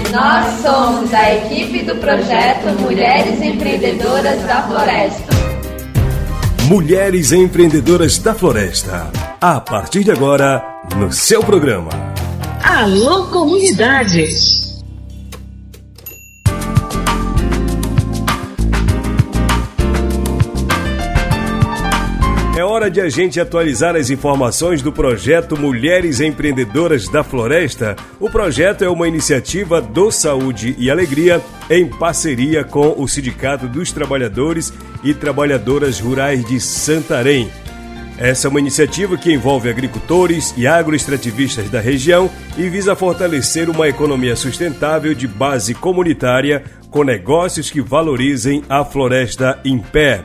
Nós somos a equipe do projeto Mulheres Empreendedoras da Floresta. Mulheres Empreendedoras da Floresta. A partir de agora, no seu programa. Alô, comunidade! É hora de a gente atualizar as informações do projeto Mulheres Empreendedoras da Floresta. O projeto é uma iniciativa do Saúde e Alegria em parceria com o Sindicato dos Trabalhadores e Trabalhadoras Rurais de Santarém. Essa é uma iniciativa que envolve agricultores e agroextrativistas da região e visa fortalecer uma economia sustentável de base comunitária com negócios que valorizem a floresta em pé.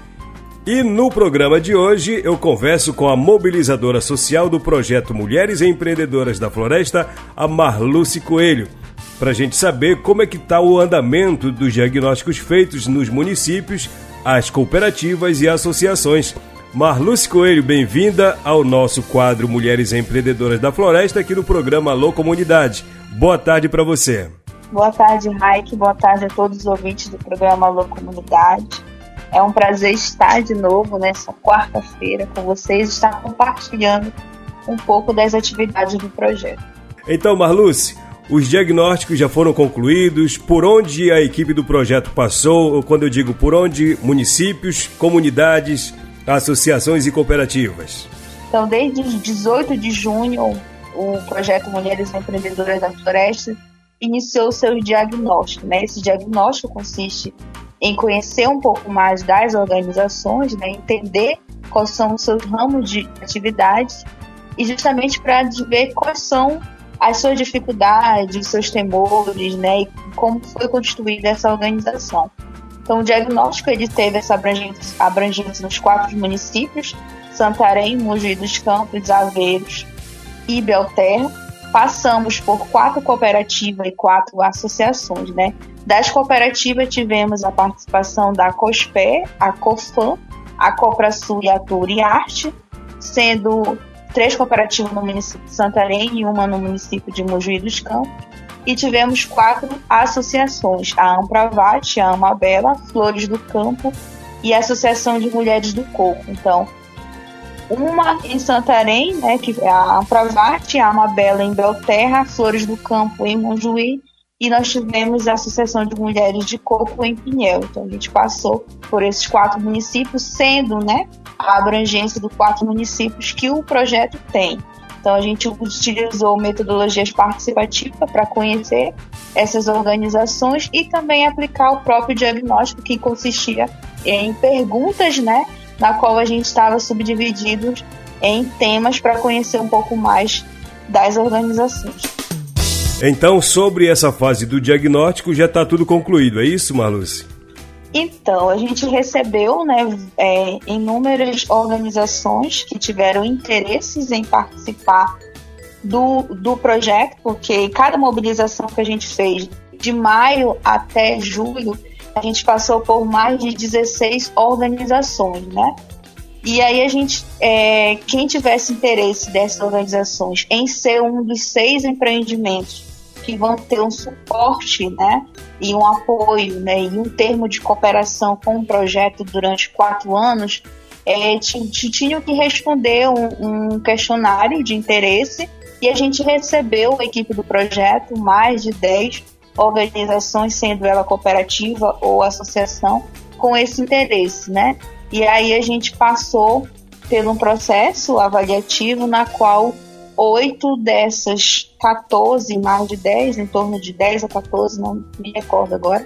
E no programa de hoje eu converso com a mobilizadora social do projeto Mulheres Empreendedoras da Floresta, a Marluce Coelho, para a gente saber como é que está o andamento dos diagnósticos feitos nos municípios, as cooperativas e associações. Marluce Coelho, bem-vinda ao nosso quadro Mulheres Empreendedoras da Floresta aqui no programa Alô Comunidade. Boa tarde para você. Boa tarde, Raik. Boa tarde a todos os ouvintes do programa Alô Comunidade. É um prazer estar de novo nessa quarta-feira com vocês e estar compartilhando um pouco das atividades do projeto. Então, Marluce, os diagnósticos já foram concluídos? Por onde a equipe do projeto passou? Quando eu digo por onde, municípios, comunidades, associações e cooperativas? Então, desde 18 de junho, o projeto Mulheres Empreendedoras da Floresta iniciou o seu diagnóstico, né? Esse diagnóstico consiste em conhecer um pouco mais das organizações, né, entender quais são os seus ramos de atividades e justamente para ver quais são as suas dificuldades, os seus temores, né, e como foi constituída essa organização. Então, o diagnóstico ele teve essa abrangência nos 4 municípios, Santarém, Mogi dos Campos, Aveiros e Belterra. Passamos por 4 cooperativas e 4 associações, né? Das cooperativas tivemos a participação da COSPE, a COFAM, a Coprasul e a Turiarte, sendo 3 cooperativas no município de Santarém e uma no município de Mogi dos Campos. E tivemos 4 associações, a Ampravat, a Amabela, Flores do Campo e a Associação de Mulheres do Coco. Então, uma em Santarém, né, que é a Ampravat, a Amabela em Belterra, Flores do Campo em Mojuí, e nós tivemos a Associação de Mulheres de Coco em Pinhel. Então, a gente passou por esses 4 municípios, sendo, né, a abrangência dos 4 municípios que o projeto tem. Então, a gente utilizou metodologias participativas para conhecer essas organizações e também aplicar o próprio diagnóstico, que consistia em perguntas, né, na qual a gente estava subdivididos em temas para conhecer um pouco mais das organizações. Então, sobre essa fase do diagnóstico, já está tudo concluído, é isso, Marluce? Então, a gente recebeu, né, inúmeras organizações que tiveram interesses em participar do projeto, porque cada mobilização que a gente fez de maio até julho, a gente passou por mais de 16 organizações, né? E aí a gente, quem tivesse interesse dessas organizações em ser um dos 6 empreendimentos que vão ter um suporte, né, e um apoio, né, e um termo de cooperação com o projeto durante 4 anos, tinham que responder um questionário de interesse e a gente recebeu, a equipe do projeto, mais de 10 organizações, sendo ela cooperativa ou associação, com esse interesse, né? E aí a gente passou por um processo avaliativo na qual 8 dessas 14, mais de 10, em torno de 10 a 14, não me recordo agora,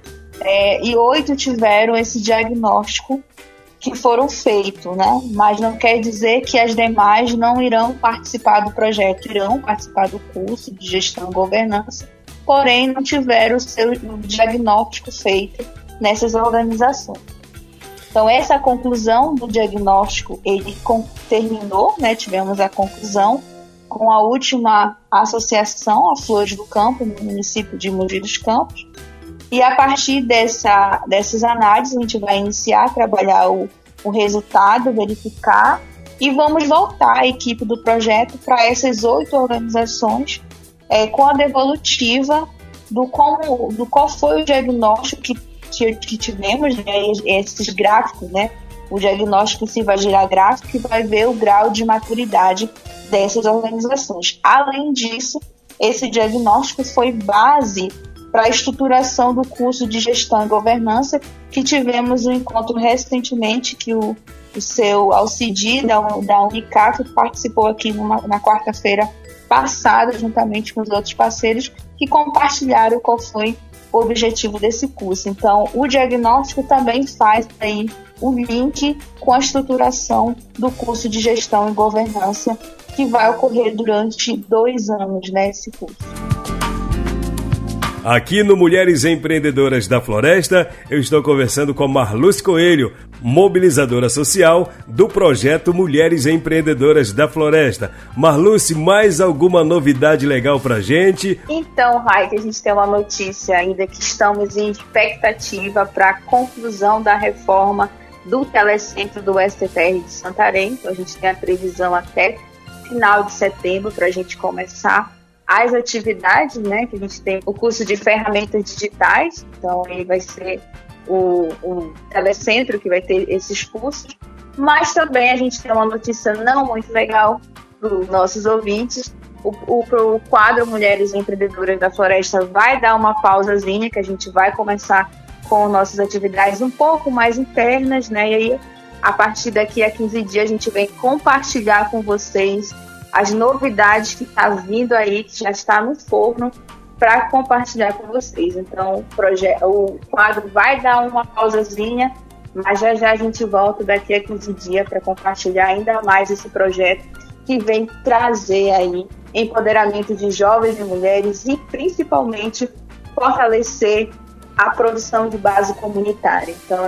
e 8 tiveram esse diagnóstico que foram feitos, né? Mas não quer dizer que as demais não irão participar do projeto, irão participar do curso de gestão e governança, porém não tiveram o seu diagnóstico feito nessas organizações. Então, essa conclusão do diagnóstico, ele terminou, né? Tivemos a conclusão com a última associação, a Flores do Campo, no município de Mogi dos Campos, e a partir dessas análises a gente vai iniciar a trabalhar o resultado, verificar, e vamos voltar a equipe do projeto para essas 8 organizações com a devolutiva do qual foi o diagnóstico que tivemos, né, esses gráficos, né? O diagnóstico se vai gerar gráfico e vai ver o grau de maturidade dessas organizações. Além disso, esse diagnóstico foi base para a estruturação do curso de Gestão e Governança, que tivemos um encontro recentemente, que o seu Alcidi, da Unicato, participou aqui na quarta-feira passada, juntamente com os outros parceiros, que compartilharam qual foi o objetivo desse curso. Então, o diagnóstico também faz aí o link com a estruturação do curso de Gestão e Governança, que vai ocorrer durante 2 anos, né, esse curso. Aqui no Mulheres Empreendedoras da Floresta, eu estou conversando com Marluce Coelho, mobilizadora social do projeto Mulheres Empreendedoras da Floresta. Marluce, mais alguma novidade legal pra gente? Então, Raik, a gente tem uma notícia ainda que estamos em expectativa para a conclusão da reforma do telecentro do STTR de Santarém. Então, a gente tem a previsão até final de setembro para a gente começar as atividades, né, que a gente tem o curso de ferramentas digitais, então aí vai ser o telecentro que vai ter esses cursos, mas também a gente tem uma notícia não muito legal para os nossos ouvintes. O quadro Mulheres Empreendedoras da Floresta vai dar uma pausazinha, que a gente vai começar com nossas atividades um pouco mais internas, né, e aí a partir daqui a 15 dias a gente vem compartilhar com vocês as novidades que está vindo aí, que já está no forno, para compartilhar com vocês. Então, o quadro vai dar uma pausazinha, mas já a gente volta daqui a 15 dias para compartilhar ainda mais esse projeto que vem trazer aí empoderamento de jovens e mulheres e, principalmente, fortalecer a produção de base comunitária. Então,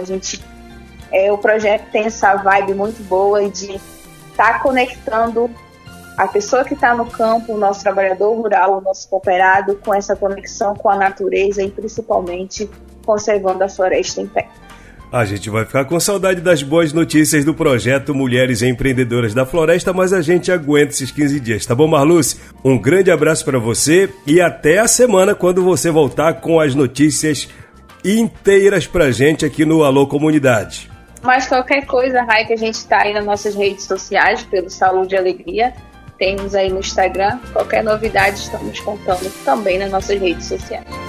o projeto tem essa vibe muito boa de estar conectando a pessoa que está no campo, o nosso trabalhador rural, o nosso cooperado, com essa conexão com a natureza e principalmente conservando a floresta em pé. A gente vai ficar com saudade das boas notícias do projeto Mulheres Empreendedoras da Floresta, mas a gente aguenta esses 15 dias, tá bom, Marluce? Um grande abraço para você e até a semana, quando você voltar com as notícias inteiras pra gente aqui no Alô Comunidade. Mas qualquer coisa, Raik, a gente está aí nas nossas redes sociais, pelo Saúde e Alegria. Temos aí no Instagram. Qualquer novidade estamos contando também nas nossas redes sociais.